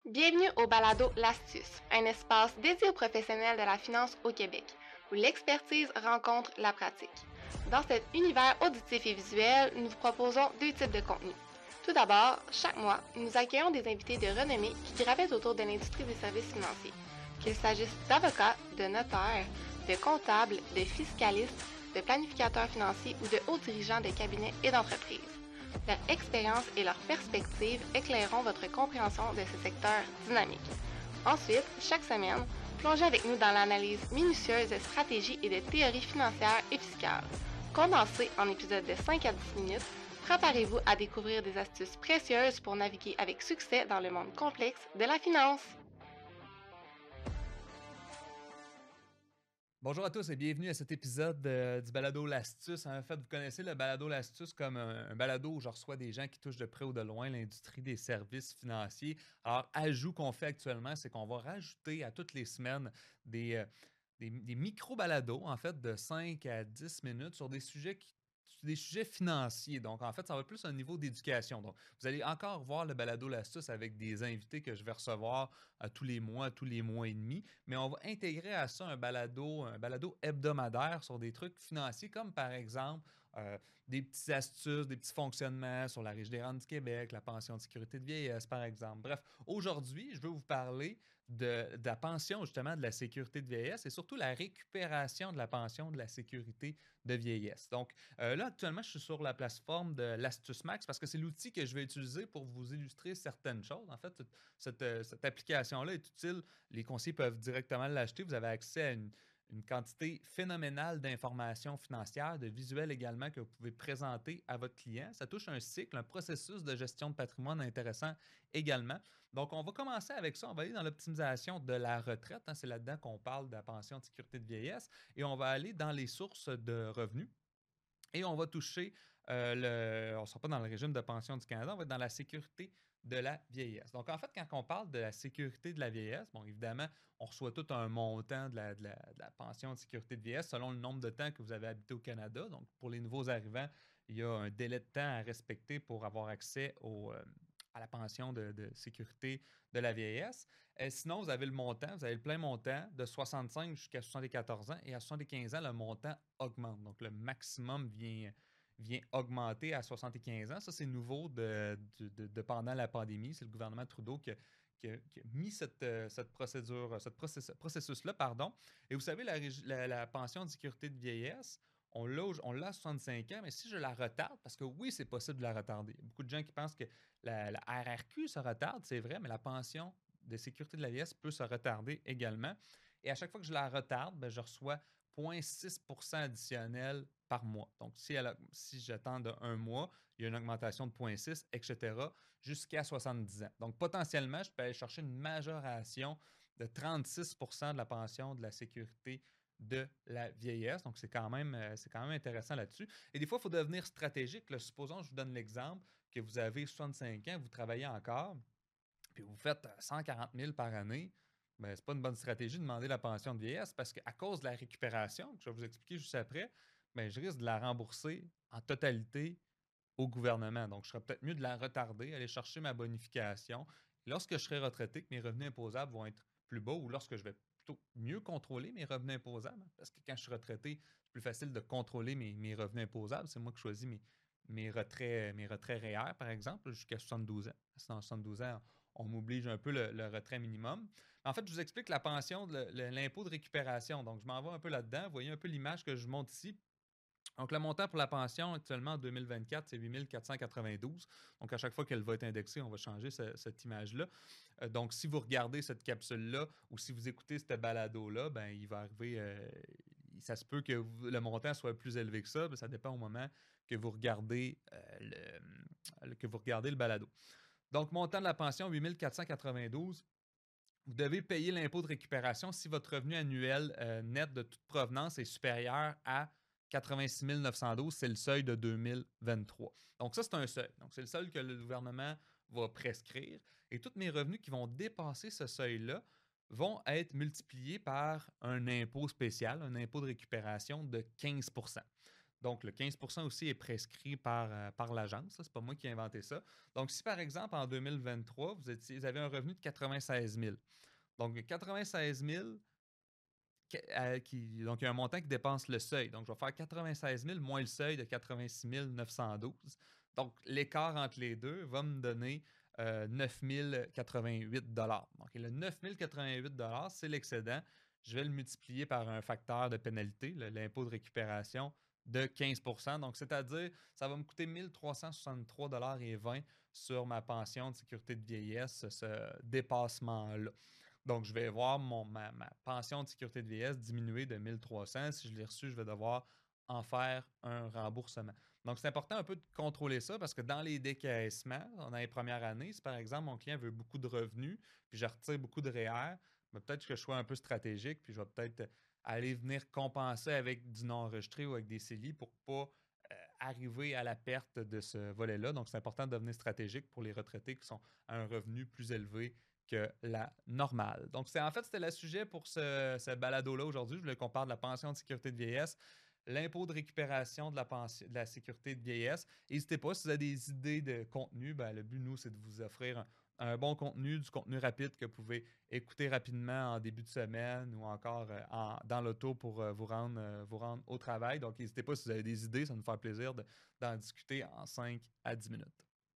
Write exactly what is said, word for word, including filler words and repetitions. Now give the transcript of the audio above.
Bienvenue au balado L'Astuce, un espace dédié aux professionnels de la finance au Québec, où l'expertise rencontre la pratique. Dans cet univers auditif et visuel, nous vous proposons deux types de contenus. Tout d'abord, chaque mois, nous accueillons des invités de renommée qui gravitent autour de l'industrie des services financiers. Qu'il s'agisse d'avocats, de notaires, de comptables, de fiscalistes, de planificateurs financiers ou de hauts dirigeants de cabinets et d'entreprises. Leur expérience et leurs perspectives éclaireront votre compréhension de ce secteur dynamique. Ensuite, chaque semaine, plongez avec nous dans l'analyse minutieuse de stratégies et de théories financières et fiscales. Condensées en épisodes de cinq à dix minutes, préparez-vous à découvrir des astuces précieuses pour naviguer avec succès dans le monde complexe de la finance. Bonjour à tous et bienvenue à cet épisode euh, du balado L'Astuce. En fait, vous connaissez le balado L'Astuce comme un, un balado où je reçois des gens qui touchent de près ou de loin l'industrie des services financiers. Alors, ajout qu'on fait actuellement, c'est qu'on va rajouter à toutes les semaines des, euh, des, des micro-balados, en fait, de cinq à dix minutes sur des sujets qui des sujets financiers. Donc, en fait, ça va plus un niveau d'éducation. Donc, vous allez encore voir le balado L'Astuce avec des invités que je vais recevoir à tous les mois, à tous les mois et demi. Mais on va intégrer à ça un balado, un balado hebdomadaire sur des trucs financiers, comme par exemple euh, des petites astuces, des petits fonctionnements sur la Régie des rentes du Québec, la pension de sécurité de vieillesse, par exemple. Bref, aujourd'hui, je veux vous parler de, de la pension, justement, de la sécurité de vieillesse et surtout la récupération de la pension de la sécurité de vieillesse. Donc, euh, là, actuellement, je suis sur la plateforme de l'Astuce Max parce que c'est l'outil que je vais utiliser pour vous illustrer certaines choses. En fait, cette, cette application-là est utile. Les conseillers peuvent directement l'acheter. Vous avez accès à une, une quantité phénoménale d'informations financières, de visuels également que vous pouvez présenter à votre client. Ça touche un cycle, un processus de gestion de patrimoine intéressant également. Donc, on va commencer avec ça. On va aller dans l'optimisation de la retraite. Hein. C'est là-dedans qu'on parle de la pension de sécurité de vieillesse. Et on va aller dans les sources de revenus. Et on va toucher, euh, le, on ne sera pas dans le régime de pension du Canada, on va être dans la sécurité de la vieillesse. Donc, en fait, quand on parle de la sécurité de la vieillesse, bon, évidemment, on reçoit tout un montant de la, de la, de la pension de sécurité de vieillesse selon le nombre de temps que vous avez habité au Canada. Donc, pour les nouveaux arrivants, il y a un délai de temps à respecter pour avoir accès au, euh, à la pension de, de sécurité de la vieillesse. Et sinon, vous avez le montant, vous avez le plein montant de soixante-cinq jusqu'à soixante-quatorze ans et à soixante-quinze ans, le montant augmente. Donc, le maximum vient, vient augmenter à soixante-quinze ans. Ça, c'est nouveau de, de, de, de pendant la pandémie. C'est le gouvernement Trudeau qui a, qui a, qui a mis cette, cette procédure, ce processus, processus-là, pardon. Et vous savez, la, la, la pension de sécurité de vieillesse, on l'a, on l'a à soixante-cinq ans, mais si je la retarde, parce que oui, c'est possible de la retarder. Il y a beaucoup de gens qui pensent que la, la R R Q se retarde, c'est vrai, mais la pension de sécurité de la vieillesse peut se retarder également. Et à chaque fois que je la retarde, ben, je reçois zéro virgule six pour cent additionnel par mois. Donc, si, elle, si j'attends de un mois, il y a une augmentation de zéro virgule six, et cetera, jusqu'à soixante-dix ans. Donc, potentiellement, je peux aller chercher une majoration de trente-six pour cent de la pension de la sécurité de la vieillesse. Donc, c'est quand même, c'est quand même intéressant là-dessus. Et des fois, il faut devenir stratégique. Là, supposons, je vous donne l'exemple, que vous avez soixante-cinq ans, vous travaillez encore, puis vous faites cent quarante mille par année, ben, ce n'est pas une bonne stratégie de demander la pension de vieillesse parce qu'à cause de la récupération, que je vais vous expliquer juste après, ben, je risque de la rembourser en totalité au gouvernement. Donc, je serais peut-être mieux de la retarder, aller chercher ma bonification. Lorsque je serai retraité, que mes revenus imposables vont être plus bas ou lorsque je vais plutôt mieux contrôler mes revenus imposables, parce que quand je suis retraité, c'est plus facile de contrôler mes, mes revenus imposables. C'est moi qui choisis mes, mes retraits, mes retraits R E E R, par exemple, jusqu'à soixante-douze ans. Dans soixante-douze ans, on m'oblige un peu le, le, retrait minimum. En fait, je vous explique la pension, l'impôt de récupération. Donc, je m'en vais un peu là-dedans. Vous voyez un peu l'image que je montre ici. Donc, le montant pour la pension actuellement en deux mille vingt-quatre, c'est huit mille quatre cent quatre-vingt-douze. Donc, à chaque fois qu'elle va être indexée, on va changer ce, cette image-là. Euh, donc, si vous regardez cette capsule-là ou si vous écoutez ce balado-là, ben, il va arriver, euh, ça se peut que vous, le montant soit plus élevé que ça, mais ça dépend au moment que vous regardez, euh, le, que vous regardez le balado. Donc, montant de la pension, huit mille quatre cent quatre-vingt-douze. Vous devez payer l'impôt de récupération si votre revenu annuel euh, net de toute provenance est supérieur à quatre-vingt-six mille neuf cent douze. C'est le seuil de deux mille vingt-trois. Donc, ça, c'est un seuil. Donc, c'est le seuil que le gouvernement va prescrire. Et tous mes revenus qui vont dépasser ce seuil-là vont être multipliés par un impôt spécial, un impôt de récupération de quinze pour cent. Donc, le quinze pour cent aussi est prescrit par, euh, par l'agence. Ce n'est pas moi qui ai inventé ça. Donc, si par exemple, en deux mille vingt-trois, vous, étiez, vous avez un revenu de quatre-vingt-seize mille. Donc, quatre-vingt-seize mille, que- euh, qui, donc il y a un montant qui dépense le seuil. Donc, je vais faire quatre-vingt-seize mille moins le seuil de quatre-vingt-six mille neuf cent douze. Donc, l'écart entre les deux va me donner euh, neuf mille quatre-vingt-huit dollars. Donc, et le neuf mille quatre-vingt-huit dollars, c'est l'excédent. Je vais le multiplier par un facteur de pénalité, le- l'impôt de récupération, de quinze pour cent. Donc, c'est-à-dire, ça va me coûter mille trois cent soixante-trois dollars et vingt sur ma pension de sécurité de vieillesse, ce dépassement-là. Donc, je vais voir mon, ma, ma pension de sécurité de vieillesse diminuer de mille trois cents. Si je l'ai reçu, je vais devoir en faire un remboursement. Donc, c'est important un peu de contrôler ça parce que dans les décaissements, dans les premières années, si par exemple mon client veut beaucoup de revenus, puis je retire beaucoup de R E E R, ben, peut-être que je sois un peu stratégique, puis je vais peut-être aller venir compenser avec du non enregistré ou avec des C E L I pour ne pas euh, arriver à la perte de ce volet-là. Donc, c'est important de devenir stratégique pour les retraités qui sont à un revenu plus élevé que la normale. Donc, c'est en fait, c'était le sujet pour ce, ce balado-là aujourd'hui. Je voulais qu'on parle de la pension de sécurité de vieillesse, l'impôt de récupération de la, pension, de la sécurité de vieillesse. N'hésitez pas, si vous avez des idées de contenu, ben, le but, nous, c'est de vous offrir un, un bon contenu, du contenu rapide que vous pouvez écouter rapidement en début de semaine ou encore euh, en, dans l'auto pour euh, vous, rendre, euh, vous rendre au travail. Donc, n'hésitez pas si vous avez des idées, ça nous fait plaisir de, d'en discuter en cinq à dix minutes.